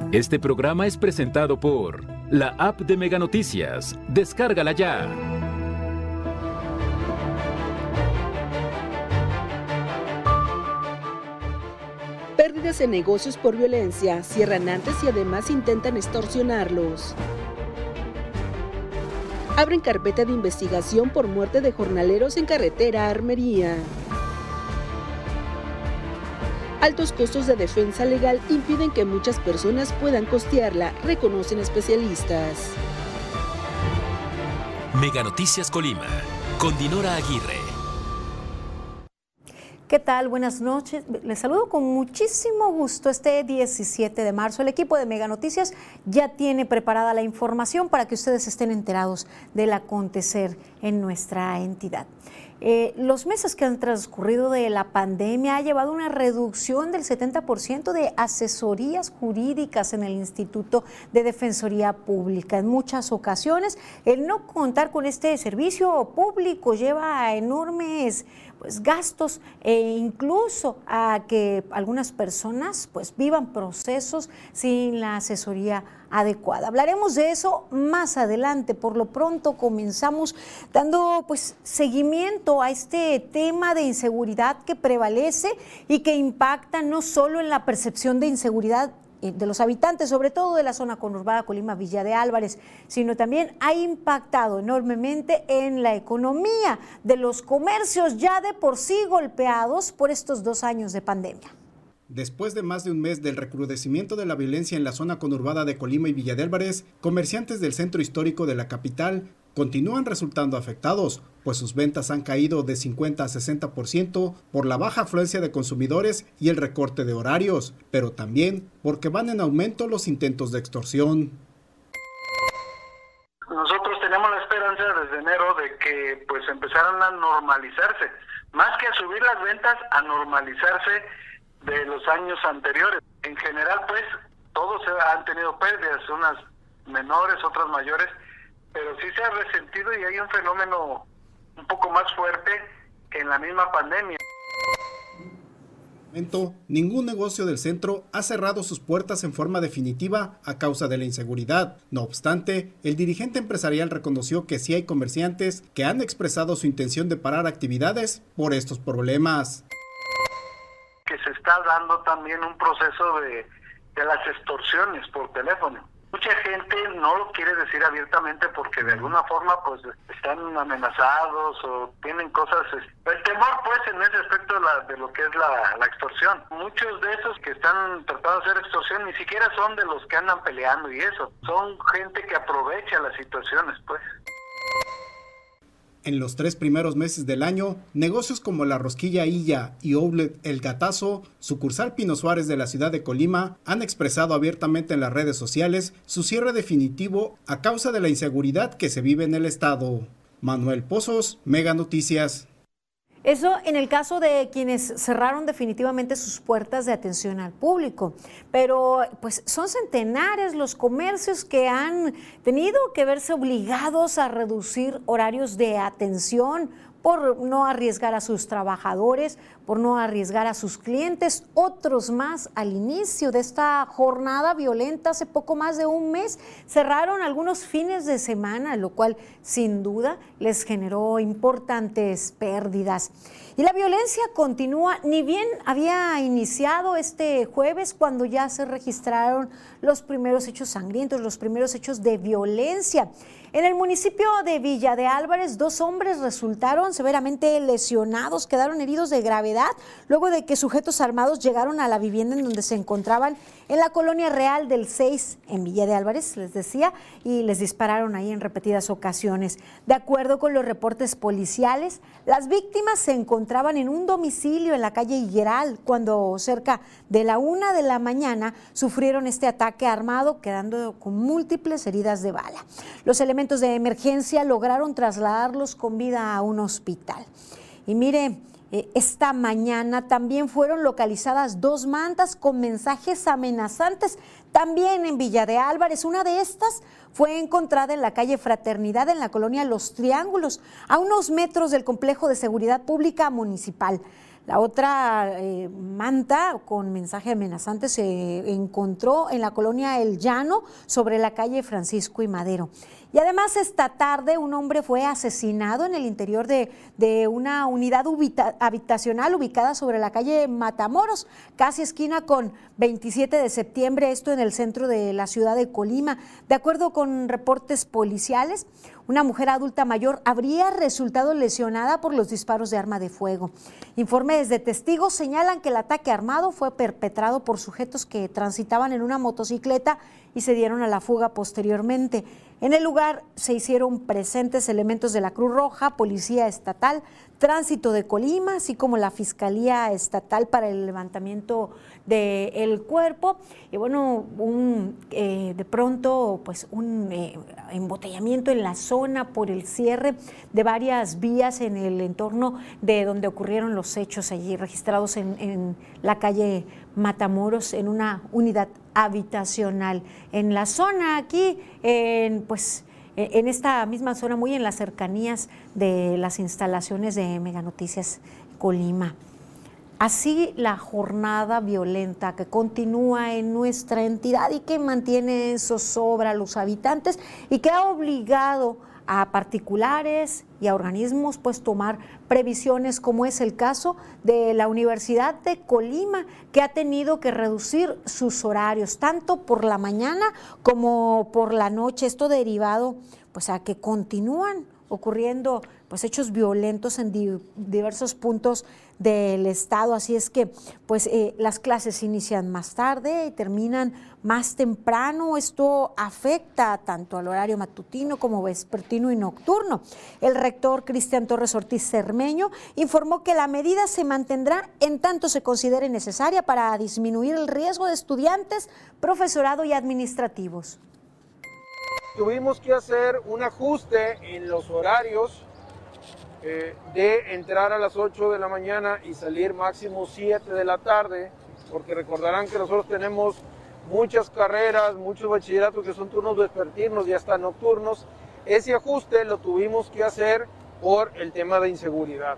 Este programa es presentado por la app de Mega Noticias. Descárgala ya. Pérdidas en negocios por violencia, cierran antes y además intentan extorsionarlos. Abren carpeta de investigación por muerte de jornaleros en carretera a Armería. Altos costos de defensa legal impiden que muchas personas puedan costearla, reconocen especialistas. Mega Noticias Colima, con Dinora Aguirre. ¿Qué tal? Buenas noches. Les saludo con muchísimo gusto. Este 17 de marzo el equipo de Mega Noticias ya tiene preparada la información para que ustedes estén enterados del acontecer en nuestra entidad. Los meses que han transcurrido de la pandemia ha llevado a una reducción del 70% de asesorías jurídicas en el Instituto de Defensoría Pública. En muchas ocasiones, el no contar con este servicio público lleva a enormes gastos e incluso a que algunas personas vivan procesos sin la asesoría adecuada. Hablaremos de eso más adelante. Por lo pronto comenzamos dando seguimiento a este tema de inseguridad que prevalece y que impacta no solo en la percepción de inseguridad de los habitantes, sobre todo de la zona conurbada Colima-Villa de Álvarez, sino también ha impactado enormemente en la economía de los comercios ya de por sí golpeados por estos 2 años de pandemia. Después de más de un mes del recrudecimiento de la violencia en la zona conurbada de Colima y Villa de Álvarez, comerciantes del centro histórico de la capital continúan resultando afectados, pues sus ventas han caído de 50 a 60% por la baja afluencia de consumidores y el recorte de horarios, pero también porque van en aumento los intentos de extorsión. Nosotros tenemos la esperanza desde enero de que empezaran a normalizarse, más que a subir las ventas, a normalizarse de los años anteriores. En general, todos han tenido pérdidas, unas menores, otras mayores, pero sí se ha resentido y hay un fenómeno un poco más fuerte que en la misma pandemia. Ningún negocio del centro ha cerrado sus puertas en forma definitiva a causa de la inseguridad. No obstante, el dirigente empresarial reconoció que sí hay comerciantes que han expresado su intención de parar actividades por estos problemas. Que se está dando también un proceso de las extorsiones por teléfono. Mucha gente no lo quiere decir abiertamente porque de alguna forma están amenazados o tienen cosas, el temor en ese aspecto de lo que es la extorsión. Muchos de esos que están tratando de hacer extorsión ni siquiera son de los que andan peleando y eso, son gente que aprovecha las situaciones En los 3 primeros meses del año, negocios como La Rosquilla Illa y Outlet El Gatazo, sucursal Pino Suárez de la ciudad de Colima, han expresado abiertamente en las redes sociales su cierre definitivo a causa de la inseguridad que se vive en el estado. Manuel Pozos, Mega Noticias. Eso en el caso de quienes cerraron definitivamente sus puertas de atención al público, pero son centenares los comercios que han tenido que verse obligados a reducir horarios de atención por no arriesgar a sus trabajadores, por no arriesgar a sus clientes. Otros más al inicio de esta jornada violenta, hace poco más de un mes, cerraron algunos fines de semana, lo cual sin duda les generó importantes pérdidas. Y la violencia continúa, ni bien había iniciado este jueves cuando ya se registraron los primeros hechos sangrientos, los primeros hechos de violencia. En el municipio de Villa de Álvarez, 2 hombres resultaron severamente lesionados, quedaron heridos de gravedad luego de que sujetos armados llegaron a la vivienda en donde se encontraban en la colonia Real del 6, en Villa de Álvarez, les decía, y les dispararon ahí en repetidas ocasiones. De acuerdo con los reportes policiales, las víctimas se encontraban en un domicilio en la calle Higueral cuando cerca de la 1 de la mañana sufrieron este ataque armado, quedando con múltiples heridas de bala. Los elementos de emergencia lograron trasladarlos con vida a un hospital. Y mire, esta mañana también fueron localizadas 2 mantas con mensajes amenazantes, también en Villa de Álvarez. Una de estas fue encontrada en la calle Fraternidad, en la colonia Los Triángulos, a unos metros del complejo de seguridad pública municipal. La otra manta con mensaje amenazante se encontró en la colonia El Llano, sobre la calle Francisco y Madero. Y además esta tarde un hombre fue asesinado en el interior de una unidad habitacional ubicada sobre la calle Matamoros, casi esquina con 27 de septiembre, esto en el centro de la ciudad de Colima. De acuerdo con reportes policiales, una mujer adulta mayor habría resultado lesionada por los disparos de arma de fuego. Informes de testigos señalan que el ataque armado fue perpetrado por sujetos que transitaban en una motocicleta y se dieron a la fuga posteriormente. En el lugar se hicieron presentes elementos de la Cruz Roja, Policía Estatal, Tránsito de Colima, así como la Fiscalía Estatal para el levantamiento del cuerpo. Y bueno, de pronto pues un embotellamiento en la zona por el cierre de varias vías en el entorno de donde ocurrieron los hechos allí registrados en la calle Matamoros, en una unidad habitacional. En la zona aquí, en esta misma zona, muy en las cercanías de las instalaciones de Meganoticias Colima. Así la jornada violenta que continúa en nuestra entidad y que mantiene en zozobra a los habitantes y que ha obligado a particulares y a organismos pues tomar previsiones, como es el caso de la Universidad de Colima, que ha tenido que reducir sus horarios tanto por la mañana como por la noche, esto derivado pues a que continúan ocurriendo pues hechos violentos en diversos puntos del estado, así es que pues las clases inician más tarde y terminan más temprano. Esto afecta tanto al horario matutino como vespertino y nocturno. El rector Cristian Torres Ortiz Cermeño informó que la medida se mantendrá en tanto se considere necesaria para disminuir el riesgo de estudiantes, profesorado y administrativos. Tuvimos que hacer un ajuste en los horarios de entrar a las 8 de la mañana y salir máximo 7 de la tarde, porque recordarán que nosotros tenemos muchas carreras, muchos bachilleratos que son turnos vespertinos y hasta nocturnos. Ese ajuste lo tuvimos que hacer por el tema de inseguridad.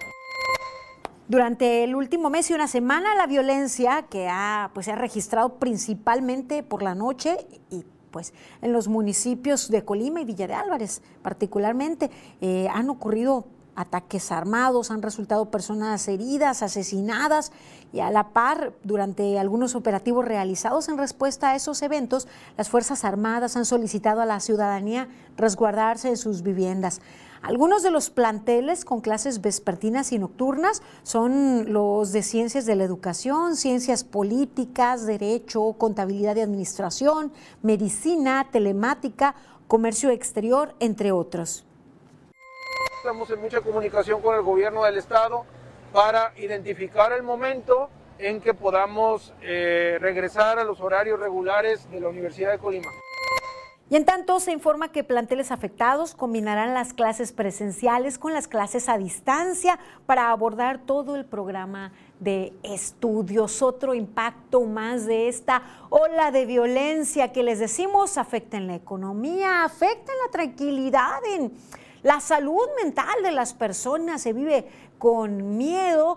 Durante el último mes y una semana, la violencia que se ha registrado principalmente por la noche y pues en los municipios de Colima y Villa de Álvarez particularmente, han ocurrido ataques armados, han resultado personas heridas, asesinadas, y a la par, durante algunos operativos realizados en respuesta a esos eventos, las Fuerzas Armadas han solicitado a la ciudadanía resguardarse en sus viviendas. Algunos de los planteles con clases vespertinas y nocturnas son los de Ciencias de la Educación, Ciencias Políticas, Derecho, Contabilidad y Administración, Medicina, Telemática, Comercio Exterior, entre otros. Estamos en mucha comunicación con el gobierno del estado para identificar el momento en que podamos regresar a los horarios regulares de la Universidad de Colima. Y en tanto se informa que planteles afectados combinarán las clases presenciales con las clases a distancia para abordar todo el programa de estudios. Otro impacto más de esta ola de violencia que les decimos afecta en la economía, afecta en la tranquilidad, en la salud mental de las personas. Se vive con miedo,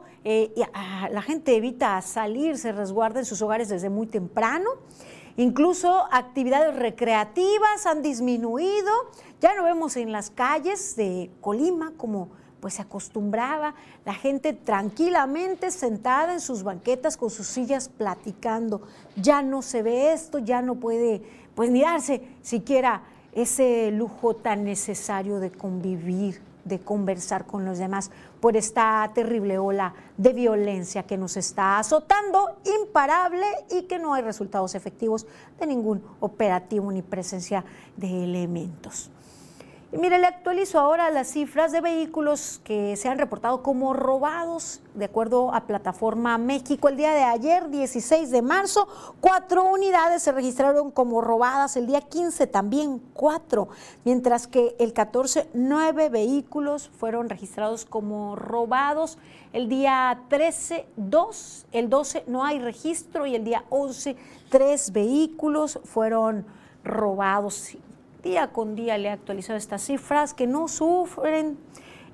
la gente evita salir, se resguarda en sus hogares desde muy temprano. Incluso actividades recreativas han disminuido, ya no vemos en las calles de Colima como pues se acostumbraba, la gente tranquilamente sentada en sus banquetas con sus sillas platicando. Ya no se ve esto, ya no puede pues ni darse siquiera ese lujo tan necesario de convivir, de conversar con los demás por esta terrible ola de violencia que nos está azotando, imparable, y que no hay resultados efectivos de ningún operativo ni presencia de elementos. Y mire, le actualizo ahora las cifras de vehículos que se han reportado como robados. De acuerdo a Plataforma México, el día de ayer, 16 de marzo, 4 unidades se registraron como robadas. El día 15 también 4, mientras que el 14, 9 vehículos fueron registrados como robados. El día 13, 2, el 12 no hay registro y el día 11, 3 vehículos fueron robados. Día con día le he actualizado estas cifras que no sufren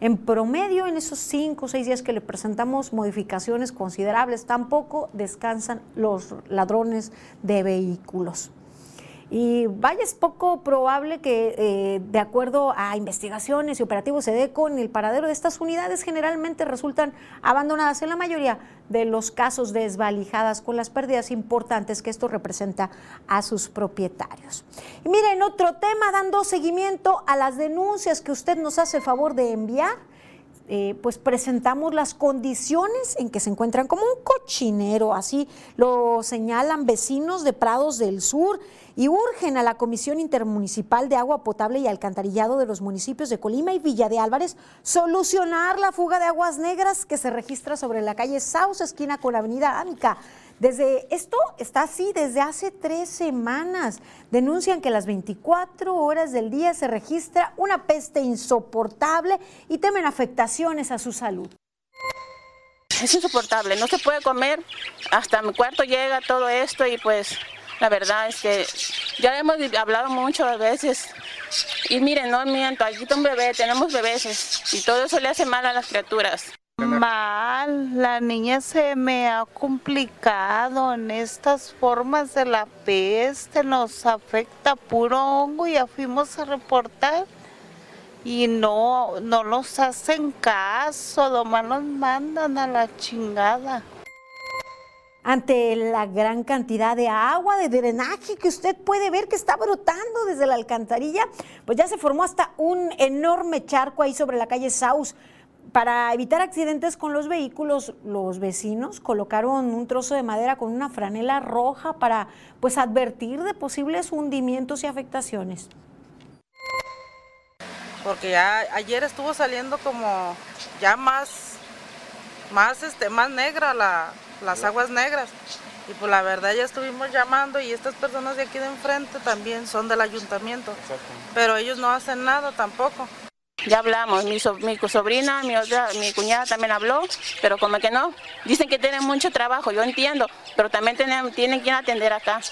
En promedio, en esos 5 o 6 días que le presentamos modificaciones considerables, tampoco descansan los ladrones de vehículos. Y vaya, es poco probable que, de acuerdo a investigaciones y operativos SEDECO, en el paradero de estas unidades generalmente resultan abandonadas en la mayoría de los casos desvalijadas, con las pérdidas importantes que esto representa a sus propietarios. Y miren, otro tema, dando seguimiento a las denuncias que usted nos hace el favor de enviar, pues presentamos las condiciones en que se encuentran como un cochinero, así lo señalan vecinos de Prados del Sur, y urgen a la Comisión Intermunicipal de Agua Potable y Alcantarillado de los municipios de Colima y Villa de Álvarez solucionar la fuga de aguas negras que se registra sobre la calle Sauce, esquina con la avenida Ámica. Esto está así desde hace 3 semanas. Denuncian que las 24 horas del día se registra una peste insoportable y temen afectaciones a su salud. Es insoportable, no se puede comer, hasta mi cuarto llega todo esto y pues la verdad es que ya hemos hablado mucho a veces y miren, no miento, aquí está un bebé, tenemos bebés y todo eso le hace mal a las criaturas. Mal, la niña se me ha complicado en estas formas de la peste, nos afecta puro hongo, ya fuimos a reportar y no nos hacen caso, nomás nos mandan a la chingada. Ante la gran cantidad de agua, de drenaje que usted puede ver que está brotando desde la alcantarilla, pues ya se formó hasta un enorme charco ahí sobre la calle Sauce. Para evitar accidentes con los vehículos, los vecinos colocaron un trozo de madera con una franela roja para pues advertir de posibles hundimientos y afectaciones. Porque ya ayer estuvo saliendo como ya más negra las aguas negras. Y pues la verdad ya estuvimos llamando y estas personas de aquí de enfrente también son del ayuntamiento. Pero ellos no hacen nada tampoco. Ya hablamos, mi sobrina, mi cuñada también habló, pero como que no, dicen que tienen mucho trabajo, yo entiendo, pero también tienen quien atender acá.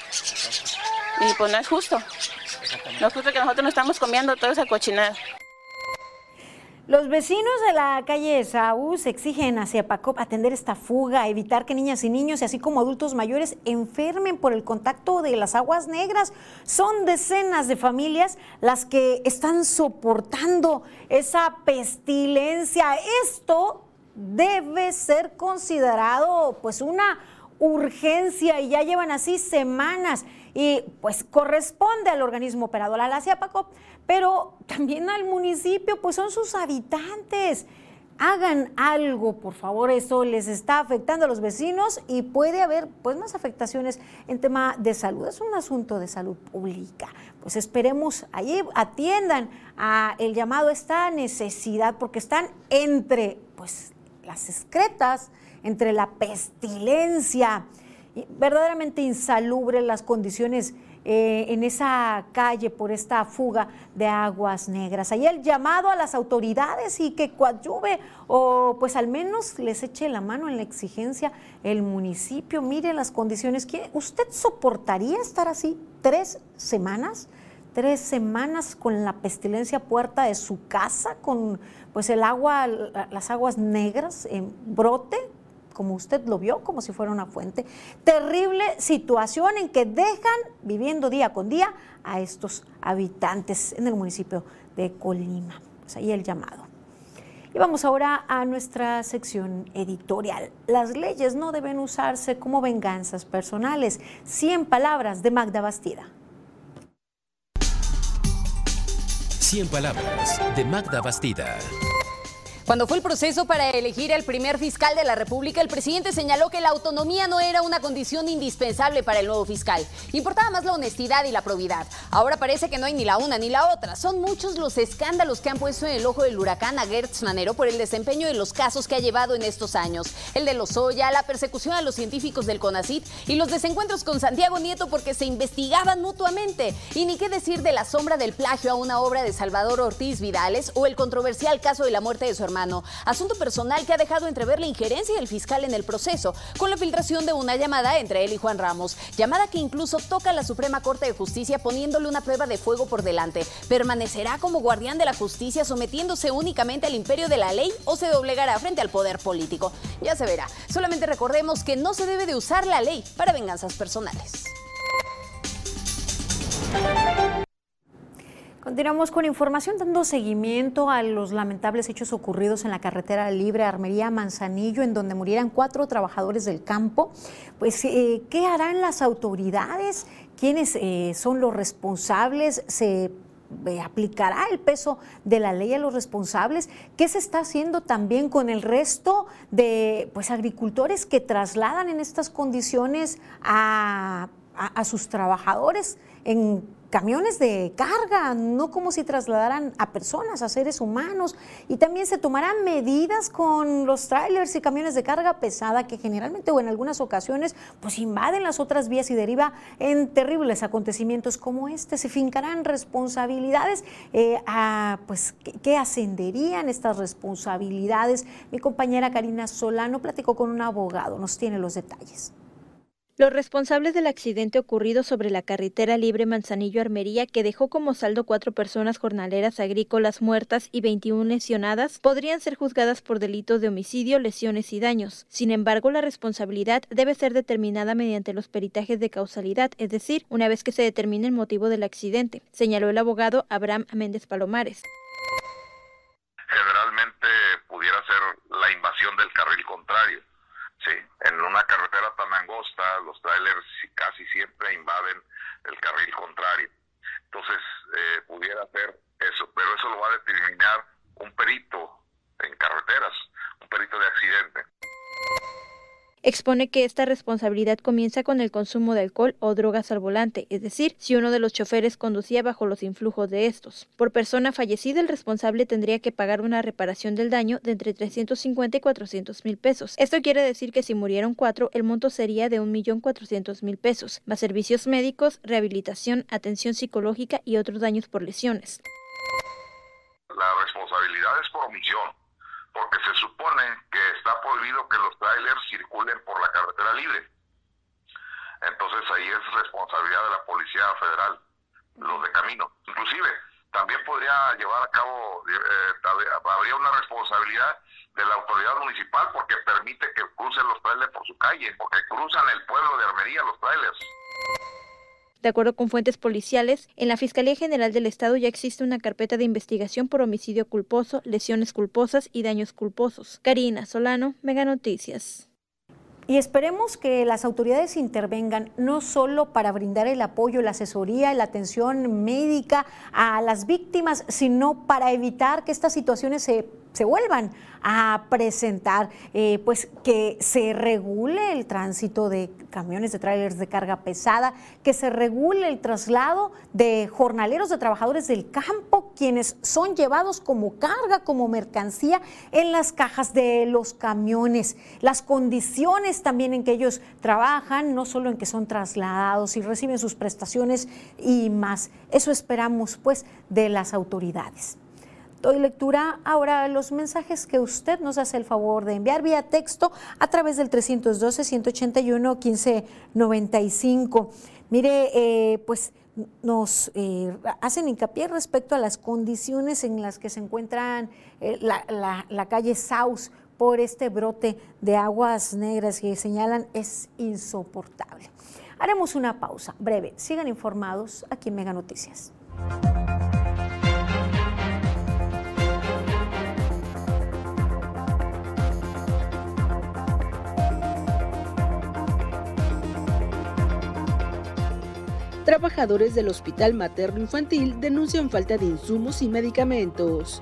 Y pues no es justo. No es justo que nosotros nos estamos comiendo toda esa cochinada. Los vecinos de la calle Sauce exigen a CIEPACOP atender esta fuga, evitar que niñas y niños, y así como adultos mayores, enfermen por el contacto de las aguas negras. Son decenas de familias las que están soportando esa pestilencia. Esto debe ser considerado pues una urgencia y ya llevan así semanas y pues corresponde al organismo operador, a la CIEPACOP, pero también al municipio, pues son sus habitantes. Hagan algo, por favor, eso les está afectando a los vecinos y puede haber pues más afectaciones en tema de salud. Es un asunto de salud pública. Pues esperemos allí atiendan a el llamado, esta necesidad, porque están entre pues las excretas, entre la pestilencia, y verdaderamente insalubres las condiciones en esa calle por esta fuga de aguas negras. Ahí el llamado a las autoridades y que coadyuve o pues al menos les eche la mano en la exigencia el municipio. Mire las condiciones. ¿Usted soportaría estar así 3 semanas? 3 semanas con la pestilencia a puerta de su casa, con pues el agua, las aguas negras en brote, como usted lo vio, como si fuera una fuente. Terrible situación en que dejan viviendo día con día a estos habitantes en el municipio de Colima. Pues ahí el llamado. Y vamos ahora a nuestra sección editorial. Las leyes no deben usarse como venganzas personales. 100 palabras de Magda Bastida. 100 palabras de Magda Bastida. Cuando fue el proceso para elegir al primer fiscal de la República, el presidente señaló que la autonomía no era una condición indispensable para el nuevo fiscal. Importaba más la honestidad y la probidad. Ahora parece que no hay ni la una ni la otra. Son muchos los escándalos que han puesto en el ojo del huracán a Gertz Manero por el desempeño de los casos que ha llevado en estos años. El de Lozoya, la persecución a los científicos del CONACYT y los desencuentros con Santiago Nieto porque se investigaban mutuamente. Y ni qué decir de la sombra del plagio a una obra de Salvador Ortiz Vidales o el controversial caso de la muerte de su hermano hermano. Asunto personal que ha dejado entrever la injerencia del fiscal en el proceso, con la filtración de una llamada entre él y Juan Ramos. Llamada que incluso toca a la Suprema Corte de Justicia poniéndole una prueba de fuego por delante. ¿Permanecerá como guardián de la justicia sometiéndose únicamente al imperio de la ley o se doblegará frente al poder político? Ya se verá. Solamente recordemos que no se debe de usar la ley para venganzas personales. Continuamos con información dando seguimiento a los lamentables hechos ocurridos en la carretera libre Armería-Manzanillo, en donde murieran 4 trabajadores del campo. Pues, ¿qué harán las autoridades? ¿Quiénes son los responsables? ¿Se aplicará el peso de la ley a los responsables? ¿Qué se está haciendo también con el resto de agricultores que trasladan en estas condiciones a sus trabajadores en camiones de carga, no como si trasladaran a personas, a seres humanos? Y también se tomarán medidas con los trailers y camiones de carga pesada que generalmente o en algunas ocasiones pues invaden las otras vías y deriva en terribles acontecimientos como este. Se fincarán responsabilidades, ¿qué ascenderían estas responsabilidades? Mi compañera Karina Solano platicó con un abogado, nos tiene los detalles. Los responsables del accidente ocurrido sobre la carretera libre Manzanillo-Armería, que dejó como saldo 4 personas jornaleras agrícolas muertas y 21 lesionadas, podrían ser juzgadas por delitos de homicidio, lesiones y daños. Sin embargo, la responsabilidad debe ser determinada mediante los peritajes de causalidad, es decir, una vez que se determine el motivo del accidente, señaló el abogado Abraham Méndez Palomares. Generalmente pudiera ser la invasión del carril contrario. Sí, en una carretera tan angosta, los trailers casi siempre invaden el carril contrario. Entonces, pudiera ser eso, pero eso lo va a determinar un perito en carreteras, un perito de accidente. Expone que esta responsabilidad comienza con el consumo de alcohol o drogas al volante, es decir, si uno de los choferes conducía bajo los influjos de estos. Por persona fallecida, el responsable tendría que pagar una reparación del daño de entre 350 y 400 mil pesos. Esto quiere decir que si murieron 4, el monto sería de 1.400.000 pesos, más servicios médicos, rehabilitación, atención psicológica y otros daños por lesiones. La responsabilidad es por omisión, porque se supone que está prohibido que los trailers circulen por la carretera libre. Entonces ahí es responsabilidad de la Policía Federal, los de camino. Inclusive también podría llevar a cabo, habría una responsabilidad de la autoridad municipal porque permite que crucen los trailers por su calle, porque cruzan el pueblo de Armería los trailers. De acuerdo con fuentes policiales, en la Fiscalía General del Estado ya existe una carpeta de investigación por homicidio culposo, lesiones culposas y daños culposos. Karina Solano, Mega Noticias. Y esperemos que las autoridades intervengan no solo para brindar el apoyo, la asesoría, la atención médica a las víctimas, sino para evitar que estas situaciones se vuelvan a presentar, pues que se regule el tránsito de camiones de trailers de carga pesada, que se regule el traslado de jornaleros, de trabajadores del campo, quienes son llevados como carga, como mercancía en las cajas de los camiones, las condiciones también en que ellos trabajan, no solo en que son trasladados y reciben sus prestaciones y más. Eso esperamos pues de las autoridades. Doy lectura ahora a los mensajes que usted nos hace el favor de enviar vía texto a través del 312-181-1595. Mire, pues nos hacen hincapié respecto a las condiciones en las que se encuentran la calle Saus por este brote de aguas negras que señalan es insoportable. Haremos una pausa breve. Sigan informados aquí en Mega Noticias. Trabajadores del Hospital Materno Infantil denuncian falta de insumos y medicamentos.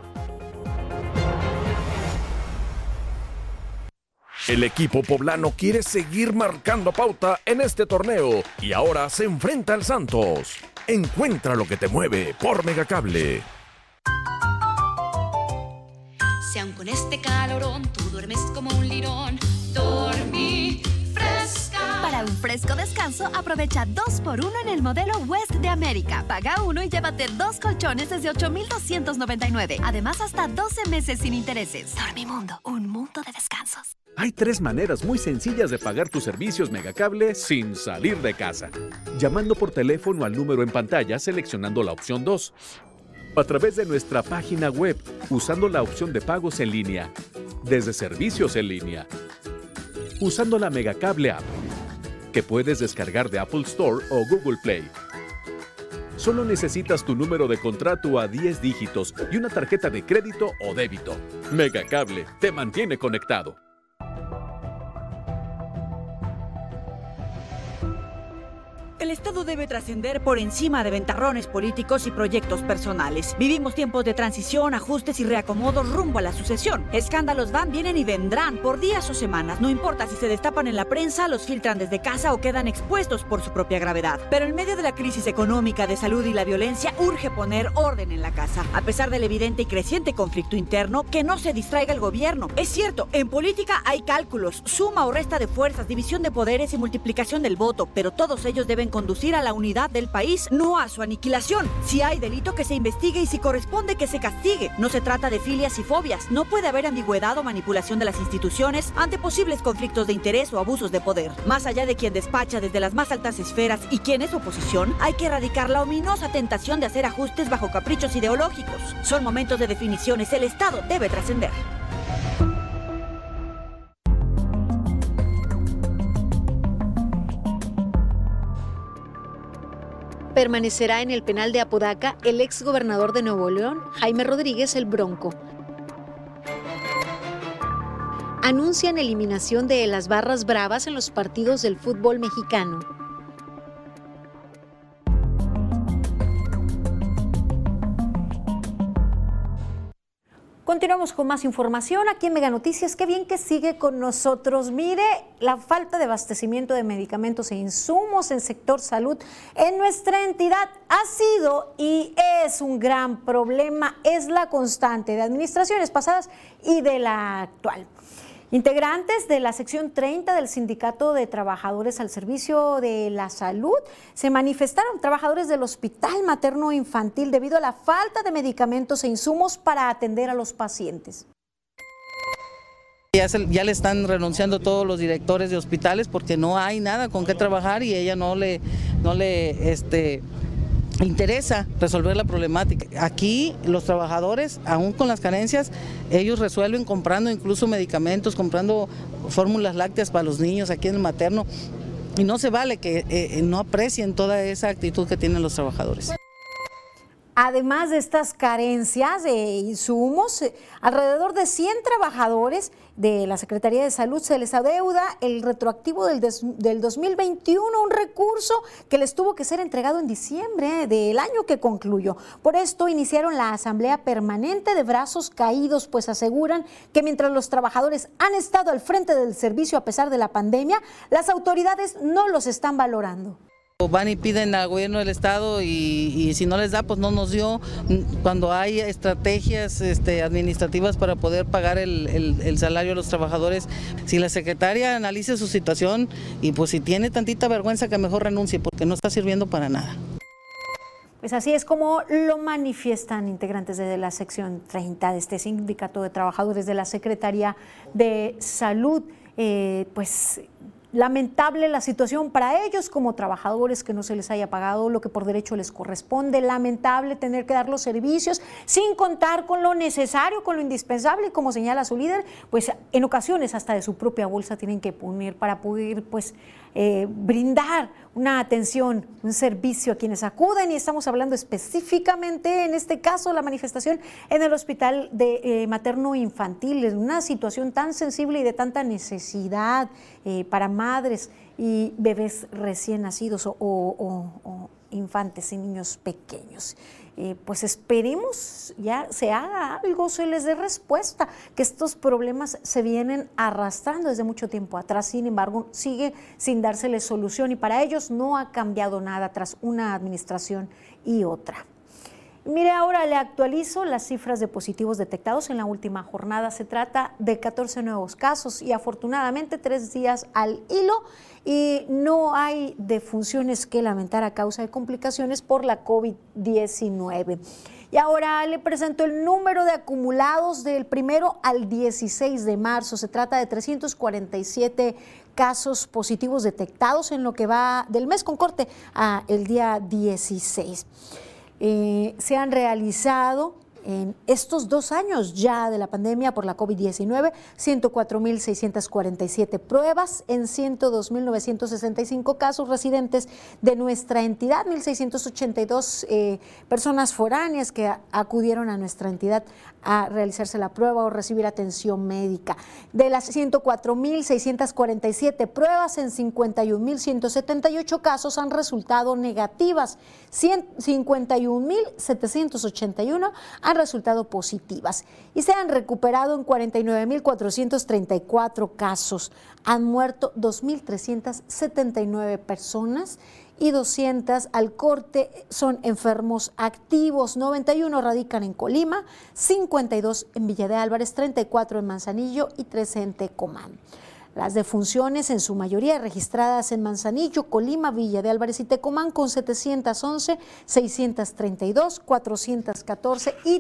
El equipo poblano quiere seguir marcando pauta en este torneo y ahora se enfrenta al Santos. Encuentra lo que te mueve por Megacable. Si aun con este calorón tú duermes como un lirón, dormí fresca. Para Para un fresco descanso, aprovecha 2x1 en el modelo West de América. Paga uno y llévate 2 colchones desde $8,299. Además, hasta 12 meses sin intereses. Dormimundo, un mundo de descansos. Hay 3 maneras muy sencillas de pagar tus servicios Megacable sin salir de casa. Llamando por teléfono al número en pantalla seleccionando la opción 2. A través de nuestra página web, usando la opción de pagos en línea. Desde servicios en línea. Usando la Megacable App, que puedes descargar de Apple Store o Google Play. Solo necesitas tu número de contrato a 10 dígitos y una tarjeta de crédito o débito. Megacable te mantiene conectado. El Estado debe trascender por encima de ventarrones políticos y proyectos personales. Vivimos tiempos de transición, ajustes y reacomodos rumbo a la sucesión. Escándalos van, vienen y vendrán por días o semanas. No importa si se destapan en la prensa, los filtran desde casa o quedan expuestos por su propia gravedad. Pero en medio de la crisis económica, de salud y la violencia, urge poner orden en la casa. A pesar del evidente y creciente conflicto interno, que no se distraiga el gobierno. Es cierto, en política hay cálculos, suma o resta de fuerzas, división de poderes y multiplicación del voto, pero todos ellos deben conducir a la unidad del país, no a su aniquilación. Si hay delito, que se investigue y si corresponde, que se castigue. No se trata de filias y fobias. No puede haber ambigüedad o manipulación de las instituciones ante posibles conflictos de interés o abusos de poder. Más allá de quien despacha desde las más altas esferas y quien es oposición, hay que erradicar la ominosa tentación de hacer ajustes bajo caprichos ideológicos. Son momentos de definiciones. El Estado debe trascender. Permanecerá en el penal de Apodaca el exgobernador de Nuevo León, Jaime Rodríguez el Bronco. Anuncian eliminación de las barras bravas en los partidos del fútbol mexicano. Continuamos con más información aquí en Mega Noticias. Qué bien que sigue con nosotros. Mire, la falta de abastecimiento de medicamentos e insumos en sector salud en nuestra entidad ha sido y es un gran problema. Es la constante de administraciones pasadas y de la actual. Integrantes de la sección 30 del Sindicato de Trabajadores al Servicio de la Salud se manifestaron, trabajadores del Hospital Materno Infantil, debido a la falta de medicamentos e insumos para atender a los pacientes. Ya le están renunciando todos los directores de hospitales porque no hay nada con qué trabajar y ella no le interesa resolver la problemática. Aquí los trabajadores, aún con las carencias, ellos resuelven comprando incluso medicamentos, comprando fórmulas lácteas para los niños aquí en el materno, y no se vale que no aprecien toda esa actitud que tienen los trabajadores. Además de estas carencias de insumos, alrededor de 100 trabajadores de la Secretaría de Salud se les adeuda el retroactivo del 2021, un recurso que les tuvo que ser entregado en diciembre del año que concluyó. Por esto iniciaron la asamblea permanente de brazos caídos, pues aseguran que mientras los trabajadores han estado al frente del servicio a pesar de la pandemia, las autoridades no los están valorando. Van y piden al gobierno del estado y si no les da, pues no nos dio. Cuando hay estrategias administrativas para poder pagar el salario a los trabajadores, si la secretaria analice su situación y pues si tiene tantita vergüenza, que mejor renuncie porque no está sirviendo para nada. Pues así es como lo manifiestan integrantes de la sección 30 de este Sindicato de Trabajadores de la Secretaría de Salud. Pues lamentable la situación para ellos como trabajadores, que no se les haya pagado lo que por derecho les corresponde. Lamentable tener que dar los servicios sin contar con lo necesario, con lo indispensable, y como señala su líder, pues en ocasiones hasta de su propia bolsa tienen que poner para poder pues brindar una atención, un servicio a quienes acuden, y estamos hablando específicamente en este caso la manifestación en el Hospital de Materno Infantil, en una situación tan sensible y de tanta necesidad para madres y bebés recién nacidos o infantes y niños pequeños. Pues esperemos ya se haga algo, se les dé respuesta, que estos problemas se vienen arrastrando desde mucho tiempo atrás, sin embargo sigue sin dárseles solución y para ellos no ha cambiado nada tras una administración y otra. Mire, ahora le actualizo las cifras de positivos detectados en la última jornada. Se trata de 14 nuevos casos y afortunadamente 3 días al hilo y no hay defunciones que lamentar a causa de complicaciones por la COVID-19. Y ahora le presento el número de acumulados del 1 al 16 de marzo. Se trata de 347 casos positivos detectados en lo que va del mes con corte a el día 16. Se han realizado en estos 2 años ya de la pandemia por la COVID-19, 104.647 pruebas en 102.965 casos residentes de nuestra entidad, 1.682 personas foráneas que acudieron a nuestra entidad a realizarse la prueba o recibir atención médica. De las 104.647 pruebas, en 51.178 casos han resultado negativas, 51.781 han resultado positivas y se han recuperado en 49.434 casos. Han muerto 2.379 personas y 200 al corte son enfermos activos. 91 radican en Colima, 52 en Villa de Álvarez, 34 en Manzanillo y 13 en Tecomán. Las defunciones en su mayoría registradas en Manzanillo, Colima, Villa de Álvarez y Tecomán con 711, 632, 414 y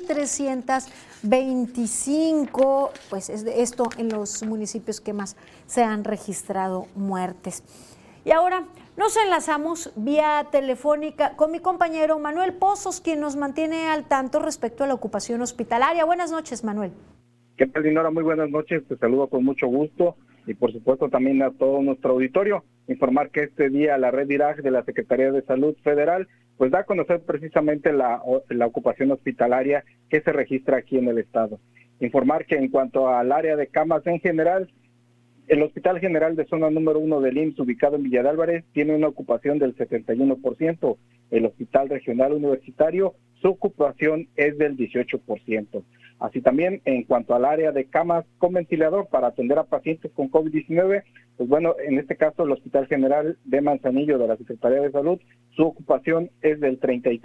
325, pues es de esto en los municipios que más se han registrado muertes. Y ahora nos enlazamos vía telefónica con mi compañero Manuel Pozos, quien nos mantiene al tanto respecto a la ocupación hospitalaria. Buenas noches, Manuel. ¿Qué tal, Dinora? Muy buenas noches, te saludo con mucho gusto y por supuesto también a todo nuestro auditorio. Informar que este día la red IRAG de la Secretaría de Salud Federal pues da a conocer precisamente la ocupación hospitalaria que se registra aquí en el estado. Informar que en cuanto al área de camas en general, el Hospital General de Zona número 1 del IMSS, ubicado en Villa de Álvarez, tiene una ocupación del 71%. El Hospital Regional Universitario, su ocupación es del 18%. Así también, en cuanto al área de camas con ventilador para atender a pacientes con COVID-19, pues bueno, en este caso el Hospital General de Manzanillo de la Secretaría de Salud, su ocupación es del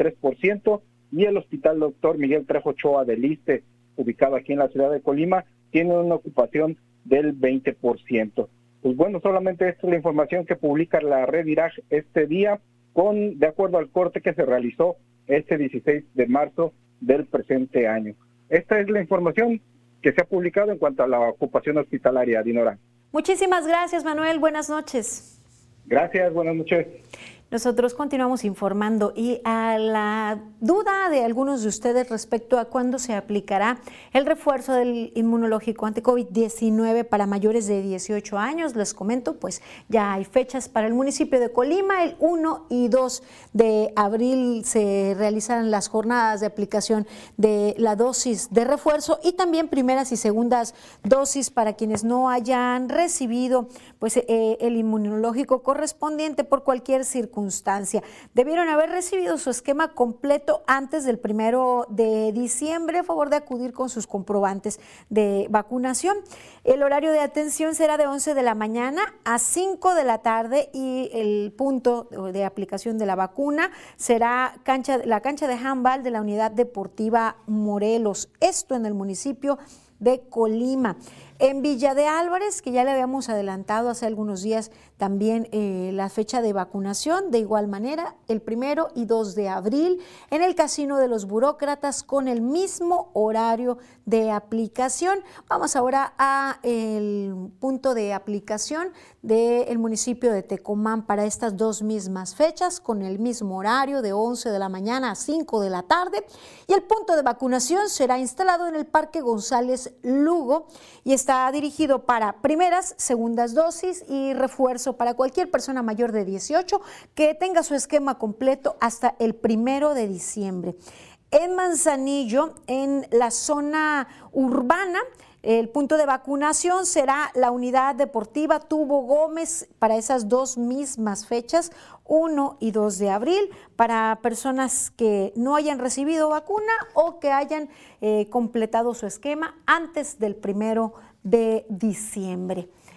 33%, y el Hospital Dr. Miguel Trejo Ochoa del ISSSTE, ubicado aquí en la ciudad de Colima, tiene una ocupación del 20%. Pues bueno, solamente esta es la información que publica la red IRAG este día, de acuerdo al corte que se realizó este 16 de marzo del presente año. Esta es la información que se ha publicado en cuanto a la ocupación hospitalaria, Dinora. Muchísimas gracias, Manuel. Buenas noches. Gracias, buenas noches. Nosotros continuamos informando y a la duda de algunos de ustedes respecto a cuándo se aplicará el refuerzo del inmunológico ante COVID-19 para mayores de 18 años, les comento, pues ya hay fechas para el municipio de Colima. El 1 y 2 de abril se realizarán las jornadas de aplicación de la dosis de refuerzo y también primeras y segundas dosis para quienes no hayan recibido pues el inmunológico correspondiente por cualquier circunstancia. Debieron haber recibido su esquema completo antes del 1 de diciembre, a favor de acudir con sus comprobantes de vacunación. El horario de atención será de 11 de la mañana a 5 de la tarde y el punto de aplicación de la vacuna será la cancha de handball de la Unidad Deportiva Morelos, esto en el municipio de Colima. En Villa de Álvarez, que ya le habíamos adelantado hace algunos días también la fecha de vacunación, de igual manera, el 1 y 2 de abril, en el Casino de los Burócratas con el mismo horario de aplicación. Vamos ahora a el punto de aplicación del municipio de Tecomán para estas dos mismas fechas, con el mismo horario de 11 de la mañana a 5 de la tarde. Y el punto de vacunación será instalado en el Parque González Lugo y está dirigido para primeras, segundas dosis y refuerzo para cualquier persona mayor de 18 que tenga su esquema completo hasta el 1 de diciembre. En Manzanillo, en la zona urbana, el punto de vacunación será la Unidad Deportiva Tubo Gómez para esas dos mismas fechas, 1 y 2 de abril, para personas que no hayan recibido vacuna o que hayan completado su esquema antes del 1 de diciembre.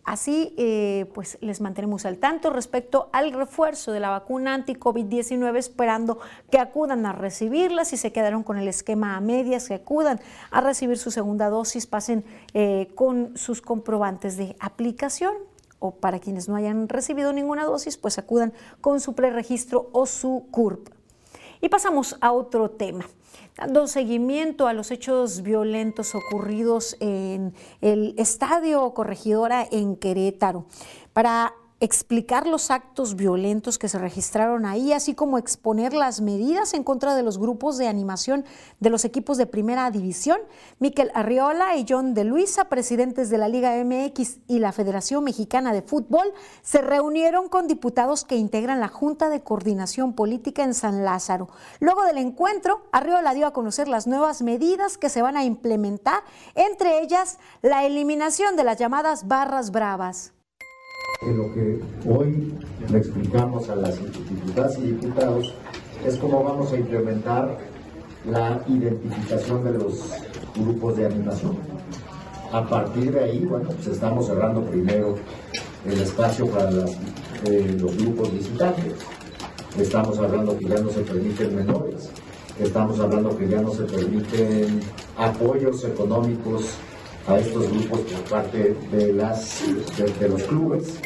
Así, pues les mantenemos al tanto respecto al refuerzo de la vacuna anti-COVID-19, esperando que acudan a recibirla. Si se quedaron con el esquema a medias, que acudan a recibir su segunda dosis, pasen con sus comprobantes de aplicación. O para quienes no hayan recibido ninguna dosis, pues acudan con su preregistro o su CURP. Y pasamos a otro tema. Dando seguimiento a los hechos violentos ocurridos en el Estadio Corregidora en Querétaro, para explicar los actos violentos que se registraron ahí, así como exponer las medidas en contra de los grupos de animación de los equipos de Primera División, Miquel Arriola y John de Luisa, presidentes de la Liga MX y la Federación Mexicana de Fútbol, se reunieron con diputados que integran la Junta de Coordinación Política en San Lázaro. Luego del encuentro, Arriola dio a conocer las nuevas medidas que se van a implementar, entre ellas la eliminación de las llamadas barras bravas. Lo que hoy le explicamos a las diputadas y diputados es cómo vamos a implementar la identificación de los grupos de animación. A partir de ahí, bueno, pues estamos cerrando primero el espacio para los grupos visitantes. Estamos hablando que ya no se permiten menores. Estamos hablando que ya no se permiten apoyos económicos a estos grupos por parte de los clubes.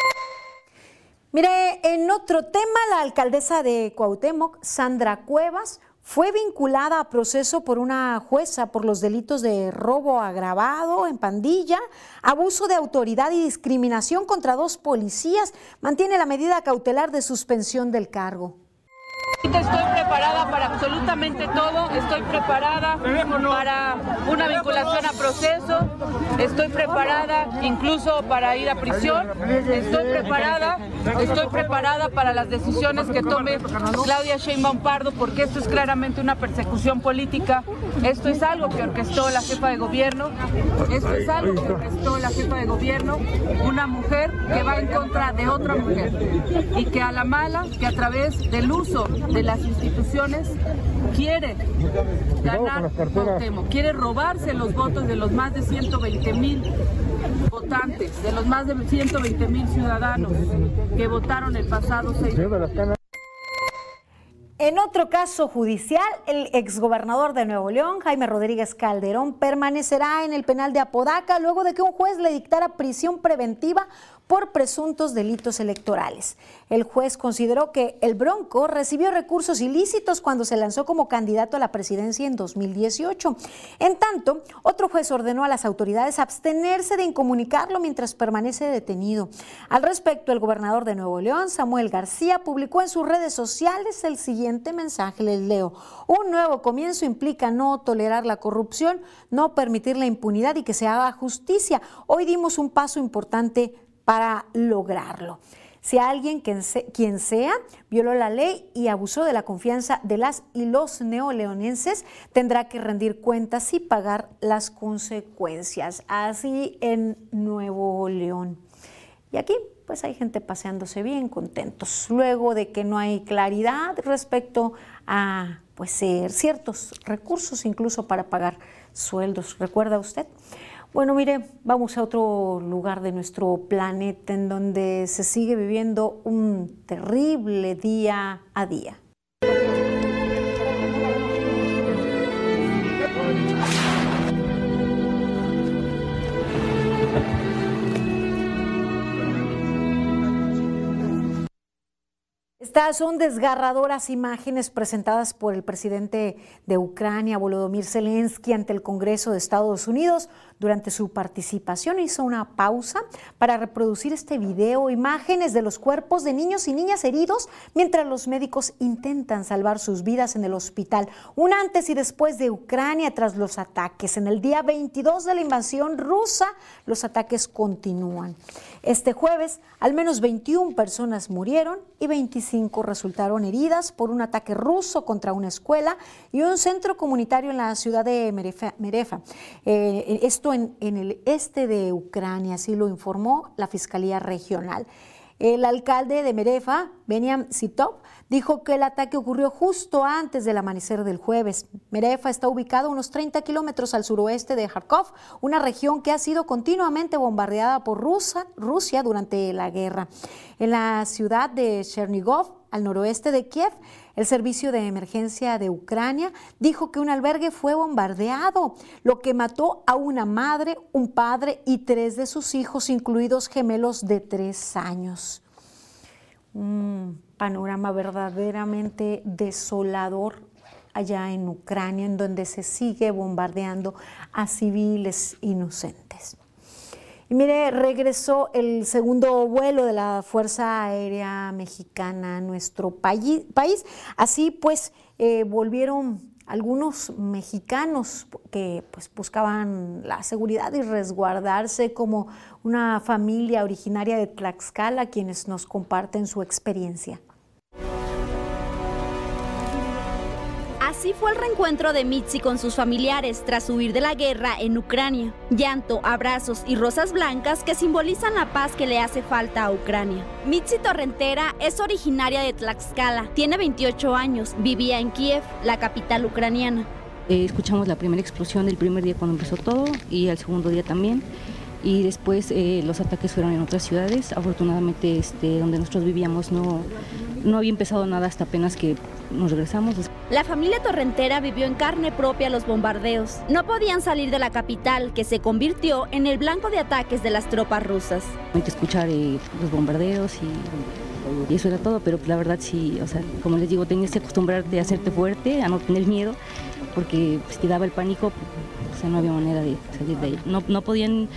Mire, en otro tema, la alcaldesa de Cuauhtémoc, Sandra Cuevas, fue vinculada a proceso por una jueza por los delitos de robo agravado en pandilla, abuso de autoridad y discriminación contra 2 policías. Mantiene la medida cautelar de suspensión del cargo. Estoy preparada para absolutamente todo, estoy preparada para una vinculación a proceso, estoy preparada incluso para ir a prisión, estoy preparada para las decisiones que tome Claudia Sheinbaum Pardo, porque esto es claramente una persecución política, esto es algo que orquestó la jefa de gobierno, una mujer que va en contra de otra mujer y que a la mala, que a través del uso de las instituciones quiere ganar Cuauhtémoc, quiere robarse los votos de los más de 120,000 votantes, de los más de 120,000 ciudadanos que votaron el pasado 6 de octubre. En otro caso judicial, el exgobernador de Nuevo León, Jaime Rodríguez Calderón, permanecerá en el penal de Apodaca luego de que un juez le dictara prisión preventiva por presuntos delitos electorales. El juez consideró que el Bronco recibió recursos ilícitos cuando se lanzó como candidato a la presidencia en 2018. En tanto, otro juez ordenó a las autoridades abstenerse de incomunicarlo mientras permanece detenido. Al respecto, el gobernador de Nuevo León, Samuel García, publicó en sus redes sociales el siguiente mensaje, les leo: un nuevo comienzo implica no tolerar la corrupción, no permitir la impunidad y que se haga justicia. Hoy dimos un paso importante para lograrlo. Si alguien, quien sea, violó la ley y abusó de la confianza de las y los neoleonenses, tendrá que rendir cuentas y pagar las consecuencias. Así en Nuevo León. Y aquí, pues hay gente paseándose bien contentos, luego de que no hay claridad respecto a ciertos recursos, incluso para pagar sueldos. ¿Recuerda usted? Bueno, mire, vamos a otro lugar de nuestro planeta en donde se sigue viviendo un terrible día a día. Estas son desgarradoras imágenes presentadas por el presidente de Ucrania, Volodymyr Zelensky, ante el Congreso de Estados Unidos. Durante su participación hizo una pausa para reproducir este video, imágenes de los cuerpos de niños y niñas heridos mientras los médicos intentan salvar sus vidas en el hospital. Un antes y después de Ucrania tras los ataques. En el día 22 de la invasión rusa, los ataques continúan. Este jueves, al menos 21 personas murieron y 25 resultaron heridas por un ataque ruso contra una escuela y un centro comunitario en la ciudad de Merefa. Esto en el este de Ucrania, así lo informó la Fiscalía Regional. El alcalde de Merefa, Beniam Sitov, dijo que el ataque ocurrió justo antes del amanecer del jueves. Merefa está ubicado a unos 30 kilómetros al suroeste de Kharkov, una región que ha sido continuamente bombardeada por Rusia durante la guerra. En la ciudad de Chernigov, al noroeste de Kiev, el Servicio de Emergencia de Ucrania dijo que un albergue fue bombardeado, lo que mató a una madre, un padre y 3 de sus hijos, incluidos gemelos de 3 años. Un panorama verdaderamente desolador allá en Ucrania, en donde se sigue bombardeando a civiles inocentes. Y mire, regresó el segundo vuelo de la Fuerza Aérea Mexicana a nuestro país. Así pues, volvieron algunos mexicanos que pues buscaban la seguridad y resguardarse, como una familia originaria de Tlaxcala, quienes nos comparten su experiencia. Así fue el reencuentro de Mitzi con sus familiares tras huir de la guerra en Ucrania. Llanto, abrazos y rosas blancas que simbolizan la paz que le hace falta a Ucrania. Mitzi Torrentera es originaria de Tlaxcala, tiene 28 años, vivía en Kiev, la capital ucraniana. Escuchamos la primera explosión el primer día cuando empezó todo y al segundo día también. Y después los ataques fueron en otras ciudades. Afortunadamente donde nosotros vivíamos no había empezado nada hasta apenas que nos regresamos. La familia Torrentera vivió en carne propia los bombardeos. No podían salir de la capital, que se convirtió en el blanco de ataques de las tropas rusas. Hay que escuchar los bombardeos y eso era todo, pero la verdad sí, o sea, como les digo, tenías que acostumbrarte a hacerte fuerte, a no tener miedo, porque pues, te daba el pánico, o sea, no había manera de salir de ahí. No podían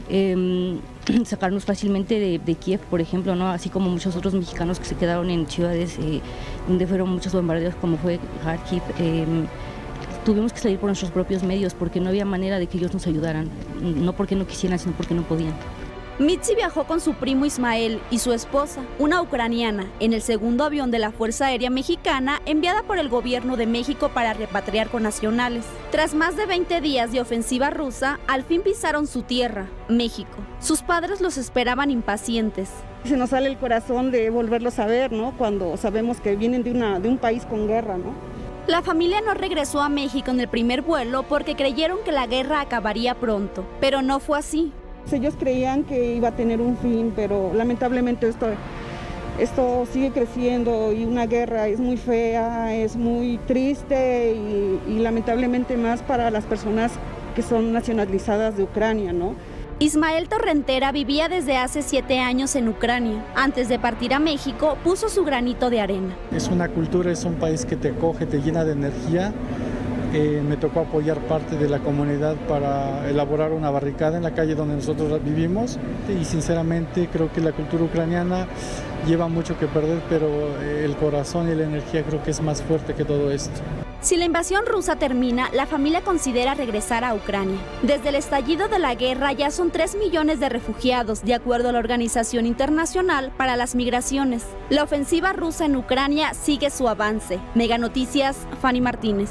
sacarnos fácilmente de Kiev, por ejemplo, ¿no? Así como muchos otros mexicanos que se quedaron en ciudades donde fueron muchos bombardeos, como fue Kharkiv. Tuvimos que salir por nuestros propios medios porque no había manera de que ellos nos ayudaran, no porque no quisieran, sino porque no podían. Mitzi viajó con su primo Ismael y su esposa, una ucraniana, en el segundo avión de la Fuerza Aérea Mexicana enviada por el gobierno de México para repatriar connacionales. Tras más de 20 días de ofensiva rusa, al fin pisaron su tierra, México. Sus padres los esperaban impacientes. Se nos sale el corazón de volverlos a ver, ¿no? Cuando sabemos que vienen de un país con guerra, ¿no? La familia no regresó a México en el primer vuelo porque creyeron que la guerra acabaría pronto, pero no fue así. Ellos creían que iba a tener un fin, pero lamentablemente esto sigue creciendo y una guerra es muy fea, es muy triste y lamentablemente más para las personas que son nacionalizadas de Ucrania, ¿no? Ismael Torrentera vivía desde hace 7 años en Ucrania. Antes de partir a México, puso su granito de arena. Es una cultura, es un país que te coge, te llena de energía. Me tocó apoyar parte de la comunidad para elaborar una barricada en la calle donde nosotros vivimos y sinceramente creo que la cultura ucraniana lleva mucho que perder, pero el corazón y la energía creo que es más fuerte que todo esto. Si la invasión rusa termina, la familia considera regresar a Ucrania. Desde el estallido de la guerra ya son 3 millones de refugiados, de acuerdo a la Organización Internacional para las Migraciones. La ofensiva rusa en Ucrania sigue su avance. Mega Noticias, Fanny Martínez.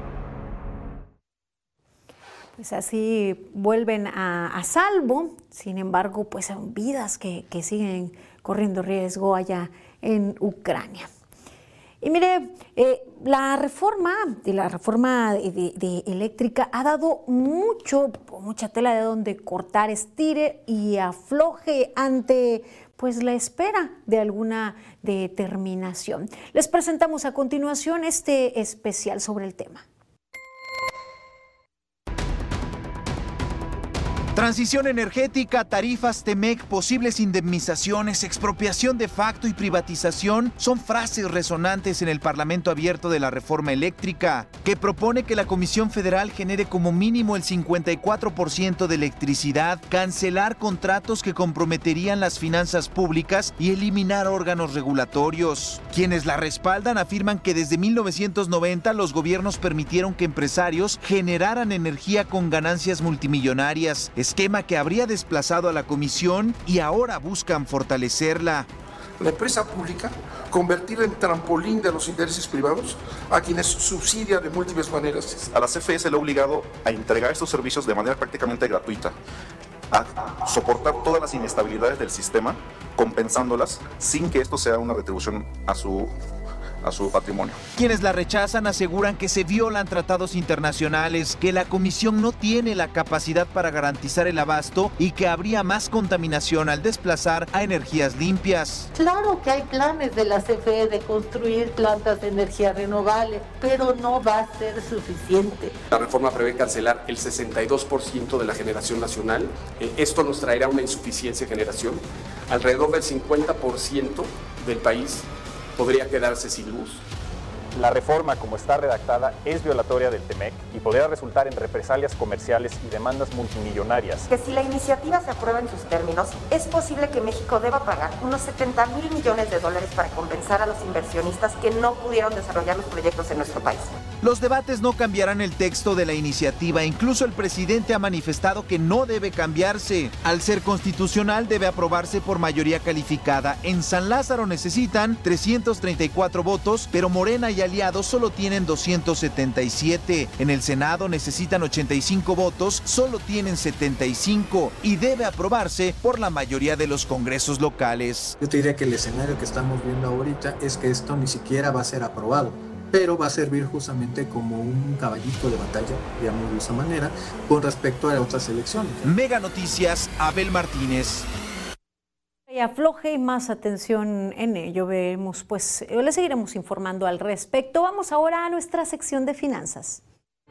Pues así vuelven a salvo, sin embargo, pues son vidas que siguen corriendo riesgo allá en Ucrania. Y mire, la reforma eléctrica ha dado mucha tela de donde cortar, estire y afloje ante pues la espera de alguna determinación. Les presentamos a continuación este especial sobre el tema. Transición energética, tarifas TEMEC, posibles indemnizaciones, expropiación de facto y privatización son frases resonantes en el Parlamento abierto de la reforma eléctrica, que propone que la Comisión Federal genere como mínimo el 54% de electricidad, cancelar contratos que comprometerían las finanzas públicas y eliminar órganos regulatorios. Quienes la respaldan afirman que desde 1990 los gobiernos permitieron que empresarios generaran energía con ganancias multimillonarias, esquema que habría desplazado a la comisión y ahora buscan fortalecerla. La empresa pública, convertirla en trampolín de los intereses privados, a quienes subsidia de múltiples maneras. A la CFE se le ha obligado a entregar estos servicios de manera prácticamente gratuita. a soportar todas las inestabilidades del sistema, compensándolas sin que esto sea una retribución a su patrimonio. Quienes la rechazan aseguran que se violan tratados internacionales, que la Comisión no tiene la capacidad para garantizar el abasto y que habría más contaminación al desplazar a energías limpias. Claro que hay planes de la CFE de construir plantas de energía renovable, pero no va a ser suficiente. La reforma prevé cancelar el 62% de la generación nacional. Esto nos traerá una insuficiencia de generación. Alrededor del 50% del país podría quedarse sin luz. La reforma, como está redactada, es violatoria del TEMEC y podría resultar en represalias comerciales y demandas multimillonarias. Que si la iniciativa se aprueba en sus términos, es posible que México deba pagar unos 70,000 millones de dólares para compensar a los inversionistas que no pudieron desarrollar los proyectos en nuestro país. Los debates no cambiarán el texto de la iniciativa. Incluso el presidente ha manifestado que no debe cambiarse. Al ser constitucional, debe aprobarse por mayoría calificada. En San Lázaro necesitan 334 votos, pero Morena y aliados solo tienen 277. En el Senado necesitan 85 votos, solo tienen 75 y debe aprobarse por la mayoría de los congresos locales. Yo te diría que el escenario que estamos viendo ahorita es que esto ni siquiera va a ser aprobado, pero va a servir justamente como un caballito de batalla, digamos de esa manera, con respecto a otras elecciones. Mega Noticias, Abel Martínez. Y afloje y más atención en ello. Veremos, pues, le seguiremos informando al respecto. Vamos ahora a nuestra sección de finanzas.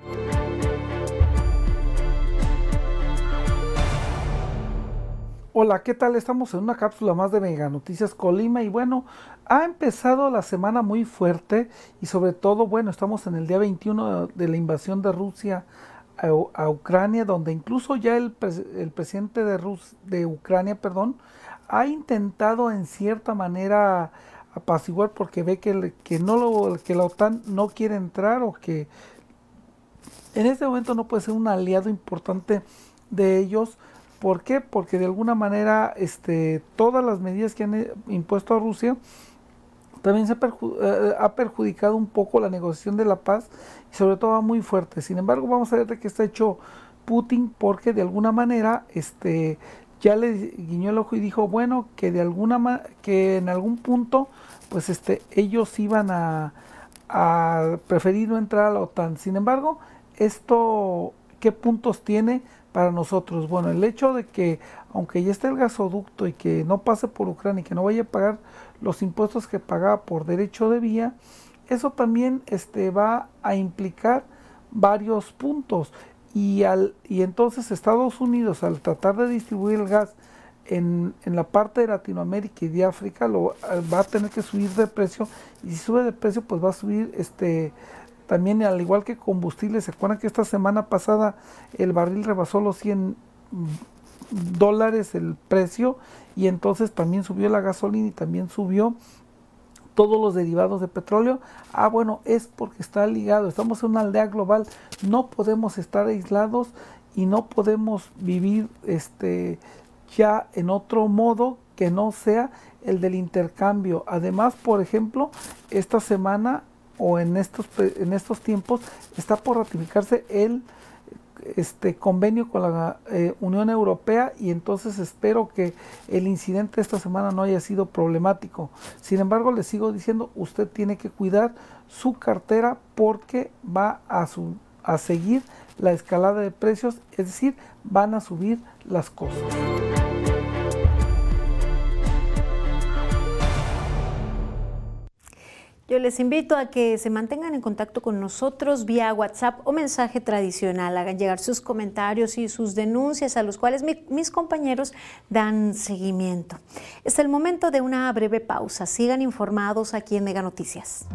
Hola, ¿qué tal? Estamos en una cápsula más de Mega Noticias Colima y bueno, ha empezado la semana muy fuerte y sobre todo, bueno, estamos en el día 21 de la invasión de Rusia a Ucrania, donde incluso ya el presidente de Ucrania, ha intentado en cierta manera apaciguar porque ve que la OTAN no quiere entrar o que en este momento no puede ser un aliado importante de ellos. ¿Por qué? Porque de alguna manera todas las medidas que han impuesto a Rusia también ha perjudicado un poco la negociación de la paz y sobre todo va muy fuerte. Sin embargo, vamos a ver de qué está hecho Putin, porque de alguna manera ya le guiñó el ojo y dijo, bueno, que que en algún punto pues ellos iban a preferir no entrar a la OTAN. Sin embargo, esto ¿qué puntos tiene para nosotros? Bueno, el hecho de que aunque ya esté el gasoducto y que no pase por Ucrania y que no vaya a pagar los impuestos que pagaba por derecho de vía, eso también va a implicar varios puntos. Y entonces Estados Unidos, al tratar de distribuir el gas en la parte de Latinoamérica y de África, va a tener que subir de precio, y si sube de precio pues va a subir también, al igual que combustible. ¿Se acuerdan que esta semana pasada el barril rebasó los $100 el precio? Y entonces también subió la gasolina y también subió todos los derivados de petróleo. Bueno, es porque está ligado. Estamos en una aldea global, no podemos estar aislados y no podemos vivir ya en otro modo que no sea el del intercambio. Además, por ejemplo, esta semana o en estos tiempos está por ratificarse el convenio con la Unión Europea, y entonces espero que el incidente esta semana no haya sido problemático. Sin embargo, les sigo diciendo, usted tiene que cuidar su cartera porque va a seguir la escalada de precios, es decir, van a subir las cosas. Yo les invito a que se mantengan en contacto con nosotros vía WhatsApp o mensaje tradicional. Hagan llegar sus comentarios y sus denuncias a los cuales mis compañeros dan seguimiento. Es el momento de una breve pausa. Sigan informados aquí en Mega Noticias.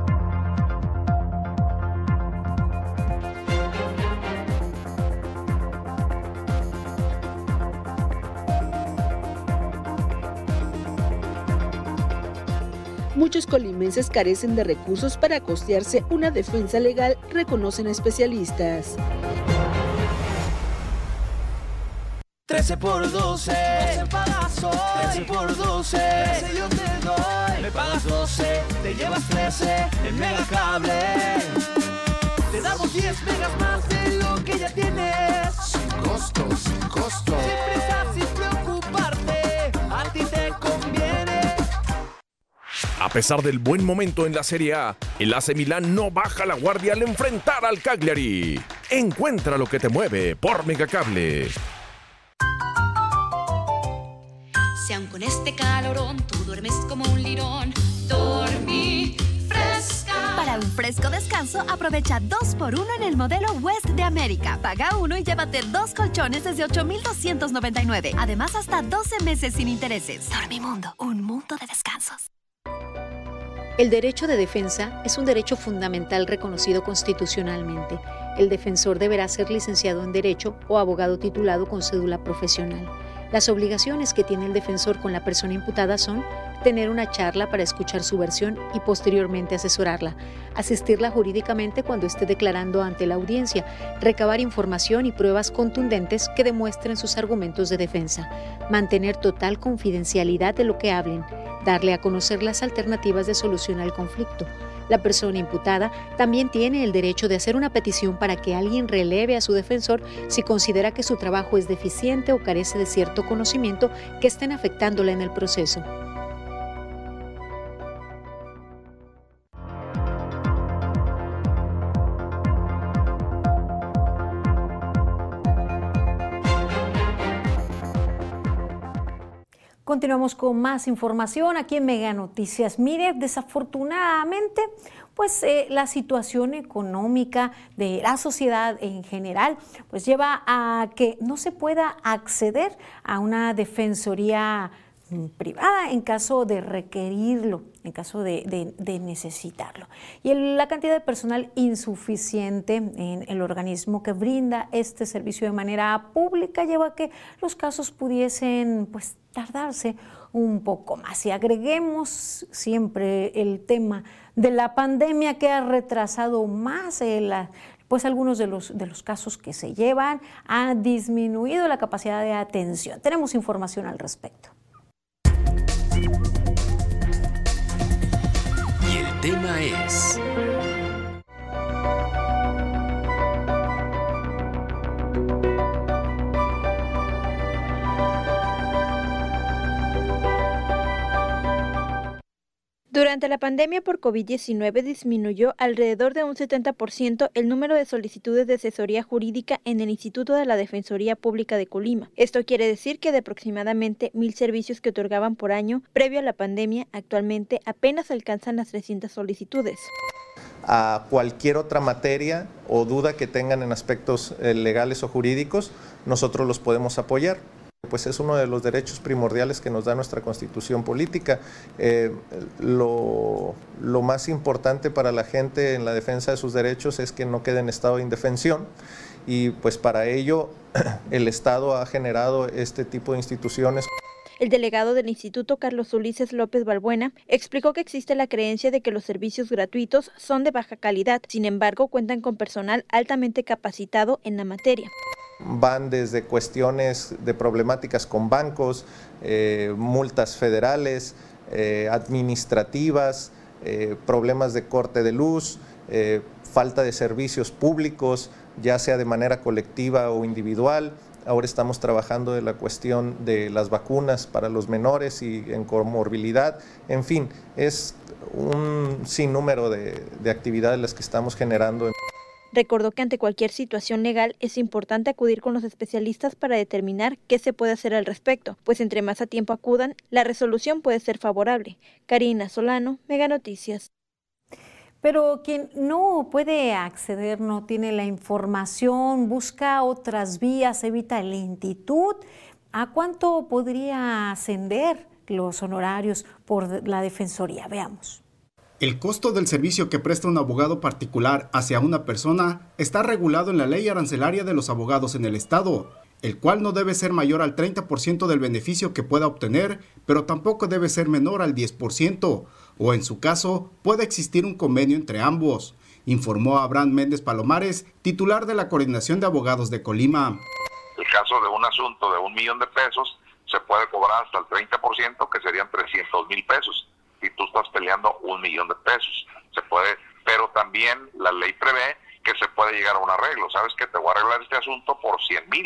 Muchos colimenses carecen de recursos para costearse una defensa legal, reconocen especialistas. 13 por 12, 12 pagas hoy. 13 por 12, 13 yo te doy. Me pagas 12, te llevas 13 en Megacable. Te damos 10 megas más de lo que ya tienes. Sin costos. Sin prisa, sin preocuparte, a ti te conviene. A pesar del buen momento en la Serie A, el AC Milán no baja la guardia al enfrentar al Cagliari. Encuentra lo que te mueve por Megacable. Si aun con este calorón tú duermes como un lirón, dormí fresca. Para un fresco descanso, aprovecha 2x1 en el modelo West de América. Paga uno y llévate 2 colchones desde $8,299. Además, hasta 12 meses sin intereses. Dormimundo, un mundo de descansos. El derecho de defensa es un derecho fundamental reconocido constitucionalmente. El defensor deberá ser licenciado en Derecho o abogado titulado con cédula profesional. Las obligaciones que tiene el defensor con la persona imputada son tener una charla para escuchar su versión y posteriormente asesorarla, asistirla jurídicamente cuando esté declarando ante la audiencia, recabar información y pruebas contundentes que demuestren sus argumentos de defensa, mantener total confidencialidad de lo que hablen, darle a conocer las alternativas de solución al conflicto. La persona imputada también tiene el derecho de hacer una petición para que alguien releve a su defensor si considera que su trabajo es deficiente o carece de cierto conocimiento que estén afectándola en el proceso. Continuamos con más información aquí en Mega Noticias. Mire, desafortunadamente, pues la situación económica de la sociedad en general, pues lleva a que no se pueda acceder a una defensoría privada en caso de requerirlo, en caso de necesitarlo. Y la cantidad de personal insuficiente en el organismo que brinda este servicio de manera pública lleva a que los casos pudiesen pues tardarse un poco más. Y agreguemos siempre el tema de la pandemia que ha retrasado más pues algunos de los casos que se llevan, ha disminuido la capacidad de atención. Tenemos información al respecto. Y el tema es... Durante la pandemia por COVID-19 disminuyó alrededor de un 70% el número de solicitudes de asesoría jurídica en el Instituto de la Defensoría Pública de Colima. Esto quiere decir que de aproximadamente 1,000 servicios que otorgaban por año previo a la pandemia, actualmente apenas alcanzan las 300 solicitudes. A cualquier otra materia o duda que tengan en aspectos legales o jurídicos, nosotros los podemos apoyar. Pues es uno de los derechos primordiales que nos da nuestra Constitución política. Lo más importante para la gente en la defensa de sus derechos es que no quede en estado de indefensión, y pues para ello el Estado ha generado este tipo de instituciones. El delegado del Instituto, Carlos Ulises López Balbuena, explicó que existe la creencia de que los servicios gratuitos son de baja calidad, sin embargo cuentan con personal altamente capacitado en la materia. Van desde cuestiones de problemáticas con bancos, multas federales, administrativas, problemas de corte de luz, falta de servicios públicos, ya sea de manera colectiva o individual. Ahora estamos trabajando de la cuestión de las vacunas para los menores y en comorbilidad. En fin, es un sinnúmero de actividades las que estamos generando. Recordó que ante cualquier situación legal es importante acudir con los especialistas para determinar qué se puede hacer al respecto, pues entre más a tiempo acudan, la resolución puede ser favorable. Karina Solano, Mega Noticias. Pero quien no puede acceder, no tiene la información, busca otras vías, evita lentitud, ¿a cuánto podría ascender los honorarios por la Defensoría? Veamos. El costo del servicio que presta un abogado particular hacia una persona está regulado en la Ley Arancelaria de los Abogados en el Estado, el cual no debe ser mayor al 30% del beneficio que pueda obtener, pero tampoco debe ser menor al 10%, o en su caso, puede existir un convenio entre ambos, informó Abraham Méndez Palomares, titular de la Coordinación de Abogados de Colima. El caso de un asunto de $1 millón, se puede cobrar hasta el 30%, que serían $300,000. Si tú estás peleando $1 millón, se puede, pero también la ley prevé que se puede llegar a un arreglo. ¿Sabes qué? Te voy a arreglar este asunto por $100,000.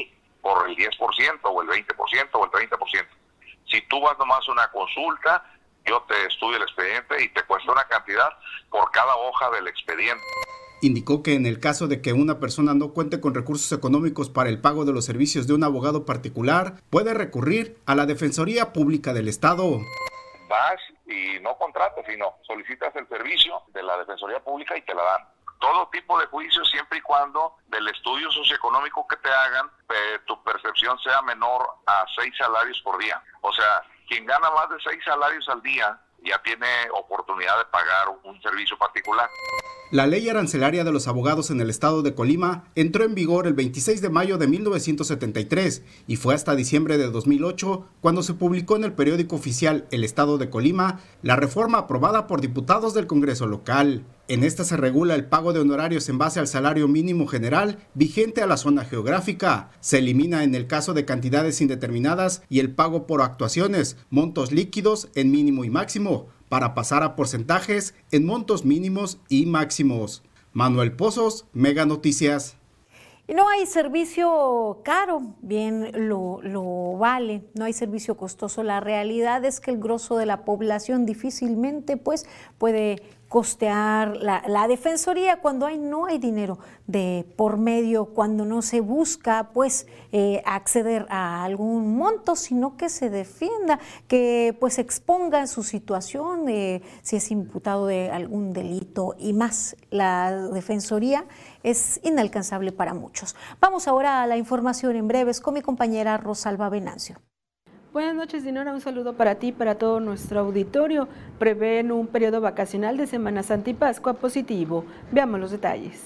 por el 10% o el 20% o el 30%. Si tú vas nomás a una consulta, yo te estudio el expediente y te cuesta una cantidad por cada hoja del expediente. Indicó que en el caso de que una persona no cuente con recursos económicos para el pago de los servicios de un abogado particular, puede recurrir a la Defensoría Pública del Estado. Vas y no contratas, sino solicitas el servicio de la Defensoría Pública y te la dan. Todo tipo de juicios, siempre y cuando del estudio socioeconómico que te hagan, tu percepción sea menor a 6 salarios por día. O sea, quien gana más de 6 salarios al día ya tiene oportunidad de pagar un servicio particular. La ley arancelaria de los abogados en el estado de Colima entró en vigor el 26 de mayo de 1973 y fue hasta diciembre de 2008 cuando se publicó en el periódico oficial El Estado de Colima la reforma aprobada por diputados del Congreso local. En esta se regula el pago de honorarios en base al salario mínimo general vigente a la zona geográfica. Se elimina en el caso de cantidades indeterminadas y el pago por actuaciones, montos líquidos en mínimo y máximo, para pasar a porcentajes en montos mínimos y máximos. Manuel Pozos, Mega Noticias. Y no hay servicio caro, bien lo vale, no hay servicio costoso. La realidad es que el grosso de la población difícilmente pues puede costear la defensoría cuando no hay dinero de por medio, cuando no se busca pues acceder a algún monto, sino que se defienda, que pues exponga su situación, si es imputado de algún delito y más. La defensoría es inalcanzable para muchos. Vamos ahora a la información en breves con mi compañera Rosalba Venancio. Buenas noches, Dinora. Un saludo para ti y para todo nuestro auditorio. Prevén un periodo vacacional de Semana Santa y Pascua positivo. Veamos los detalles.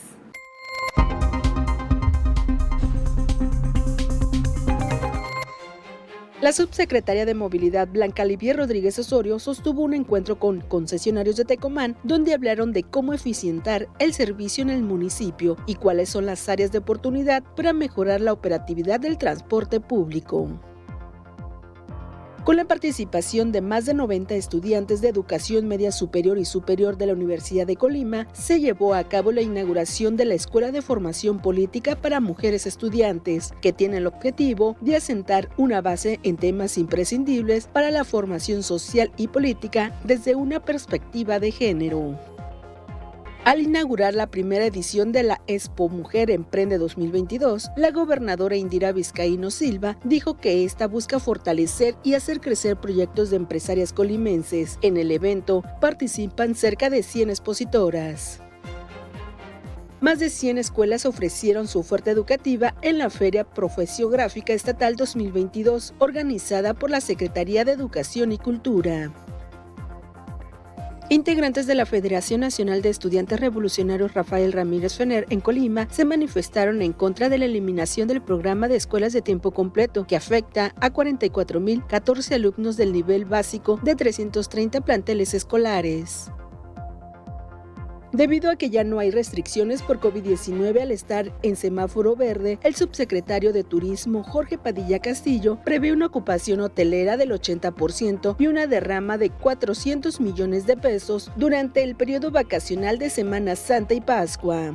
La subsecretaria de Movilidad Blanca Livier Rodríguez Osorio sostuvo un encuentro con concesionarios de Tecomán, donde hablaron de cómo eficientar el servicio en el municipio y cuáles son las áreas de oportunidad para mejorar la operatividad del transporte público. Con la participación de más de 90 estudiantes de educación media superior y superior de la Universidad de Colima, se llevó a cabo la inauguración de la Escuela de Formación Política para Mujeres Estudiantes, que tiene el objetivo de asentar una base en temas imprescindibles para la formación social y política desde una perspectiva de género. Al inaugurar la primera edición de la Expo Mujer Emprende 2022, la gobernadora Indira Vizcaíno Silva dijo que esta busca fortalecer y hacer crecer proyectos de empresarias colimenses. En el evento participan cerca de 100 expositoras. Más de 100 escuelas ofrecieron su oferta educativa en la Feria Profesiográfica Estatal 2022, organizada por la Secretaría de Educación y Cultura. Integrantes de la Federación Nacional de Estudiantes Revolucionarios Rafael Ramírez Fener en Colima se manifestaron en contra de la eliminación del programa de escuelas de tiempo completo que afecta a 44,014 alumnos del nivel básico de 330 planteles escolares. Debido a que ya no hay restricciones por COVID-19 al estar en semáforo verde, el subsecretario de Turismo, Jorge Padilla Castillo, prevé una ocupación hotelera del 80% y una derrama de 400 millones de pesos durante el periodo vacacional de Semana Santa y Pascua.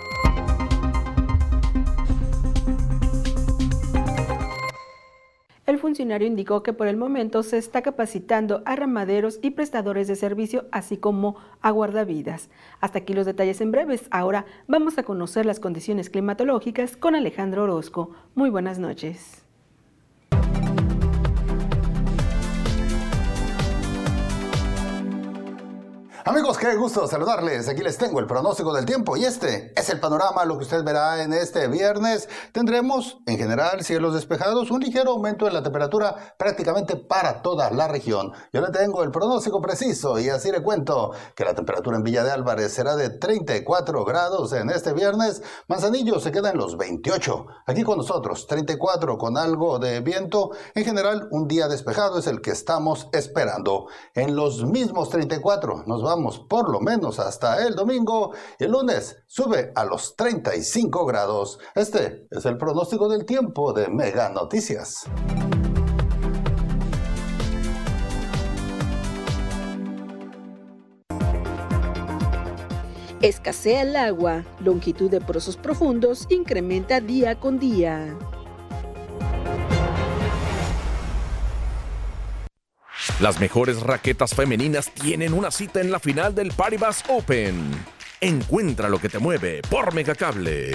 El funcionario indicó que por el momento se está capacitando a ramaderos y prestadores de servicio, así como a guardavidas. Hasta aquí los detalles en breves. Ahora vamos a conocer las condiciones climatológicas con Alejandro Orozco. Muy buenas noches. Amigos, qué gusto saludarles. Aquí les tengo el pronóstico del tiempo y este es el panorama, lo que usted verá en este viernes. Tendremos en general cielos despejados, un ligero aumento en la temperatura prácticamente para toda la región. Yo le tengo el pronóstico preciso y así le cuento que la temperatura en Villa de Álvarez será de 34 grados en este viernes. Manzanillo se queda en los 28. Aquí con nosotros 34 con algo de viento. En general un día despejado es el que estamos esperando. En los mismos 34 nos vamos por lo menos hasta el domingo y el lunes sube a los 35 grados. Este es el pronóstico del tiempo de Mega Noticias. Escasea el agua, longitud de pozos profundos incrementa día con día. Las mejores raquetas femeninas tienen una cita en la final del Paribas Open. Encuentra lo que te mueve por Megacable.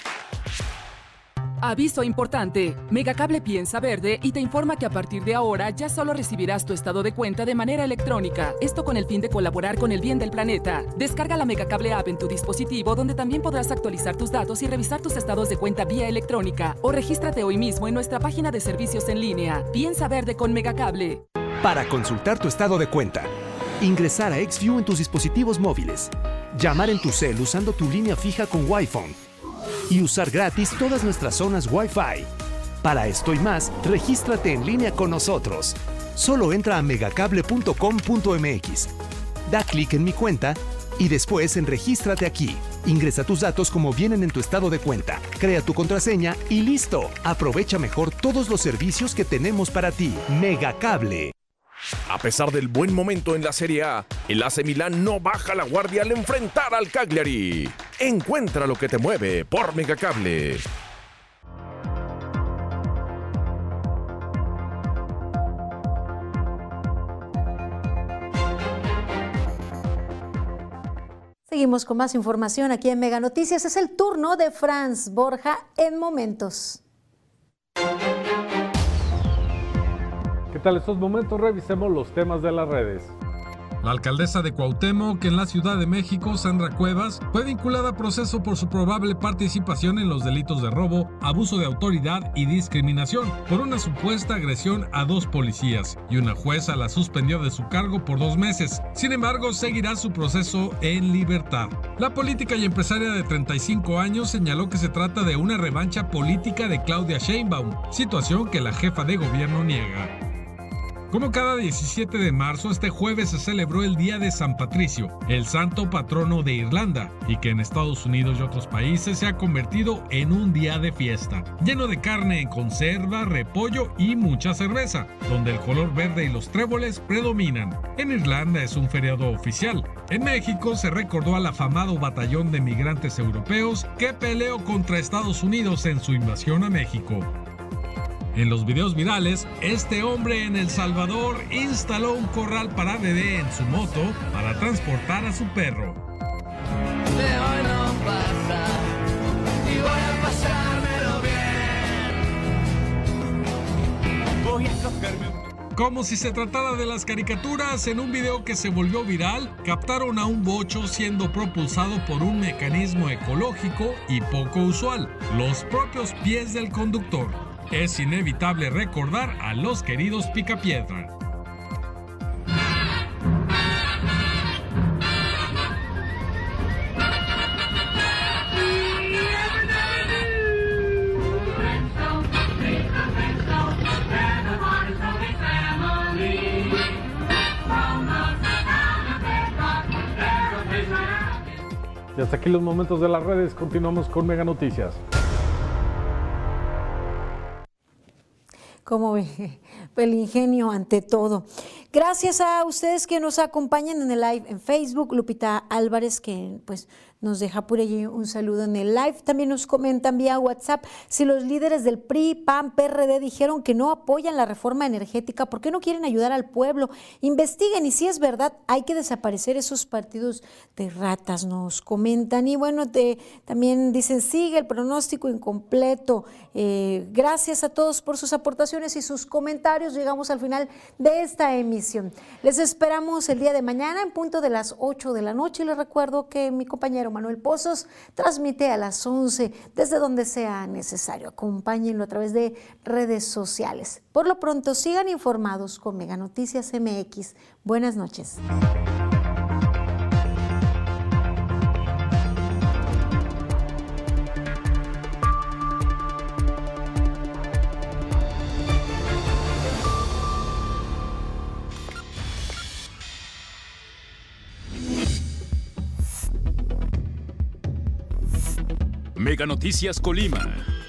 Aviso importante. Megacable piensa verde y te informa que a partir de ahora ya solo recibirás tu estado de cuenta de manera electrónica. Esto con el fin de colaborar con el bien del planeta. Descarga la Megacable app en tu dispositivo, donde también podrás actualizar tus datos y revisar tus estados de cuenta vía electrónica. O regístrate hoy mismo en nuestra página de servicios en línea. Piensa verde con Megacable. Para consultar tu estado de cuenta, ingresar a XView en tus dispositivos móviles, llamar en tu cel usando tu línea fija con Wi-Fi y usar gratis todas nuestras zonas Wi-Fi. Para esto y más, regístrate en línea con nosotros. Solo entra a megacable.com.mx. Da clic en mi cuenta y después en Regístrate aquí. Ingresa tus datos como vienen en tu estado de cuenta. Crea tu contraseña y listo. Aprovecha mejor todos los servicios que tenemos para ti. Megacable. A pesar del buen momento en la Serie A, el AC Milán no baja la guardia al enfrentar al Cagliari. Encuentra lo que te mueve por Megacable. Seguimos con más información aquí en Mega Noticias. Es el turno de Franz Borja en momentos. ¿Qué tal estos momentos? Revisemos los temas de las redes. La alcaldesa de Cuauhtémoc en la Ciudad de México, Sandra Cuevas, fue vinculada a proceso por su probable participación en los delitos de robo, abuso de autoridad y discriminación por una supuesta agresión a 2 policías, y una jueza la suspendió de su cargo por 2 meses. Sin embargo, seguirá su proceso en libertad. La política y empresaria de 35 años señaló que se trata de una revancha política de Claudia Sheinbaum, situación que la jefa de gobierno niega. Como cada 17 de marzo, este jueves se celebró el Día de San Patricio, el santo patrono de Irlanda, y que en Estados Unidos y otros países se ha convertido en un día de fiesta, lleno de carne en conserva, repollo y mucha cerveza, donde el color verde y los tréboles predominan. En Irlanda es un feriado oficial. En México se recordó al afamado batallón de migrantes europeos que peleó contra Estados Unidos en su invasión a México. En los videos virales, este hombre en El Salvador instaló un corral para bebé en su moto para transportar a su perro. Como si se tratara de las caricaturas, en un video que se volvió viral, captaron a un bocho siendo propulsado por un mecanismo ecológico y poco usual, los propios pies del conductor. Es inevitable recordar a los queridos Picapiedra. Y hasta aquí los momentos de las redes. Continuamos con Mega Noticias. Como ve, el ingenio ante todo. Gracias a ustedes que nos acompañan en el live en Facebook. Lupita Álvarez, que pues nos deja por allí un saludo en el live. También nos comentan vía WhatsApp si los líderes del PRI, PAN, PRD dijeron que no apoyan la reforma energética, ¿por qué no quieren ayudar al pueblo? Investiguen y si es verdad, hay que desaparecer esos partidos de ratas, nos comentan. Y bueno, también dicen, sigue el pronóstico incompleto. Gracias a todos por sus aportaciones y sus comentarios. Llegamos al final de esta emisión. Les esperamos el día de mañana en punto de las 8 de la noche. Y les recuerdo que mi compañero Manuel Pozos transmite a las 11 desde donde sea necesario. Acompáñenlo a través de redes sociales. Por lo pronto, sigan informados con Mega Noticias MX. Buenas noches. Mega Noticias Colima.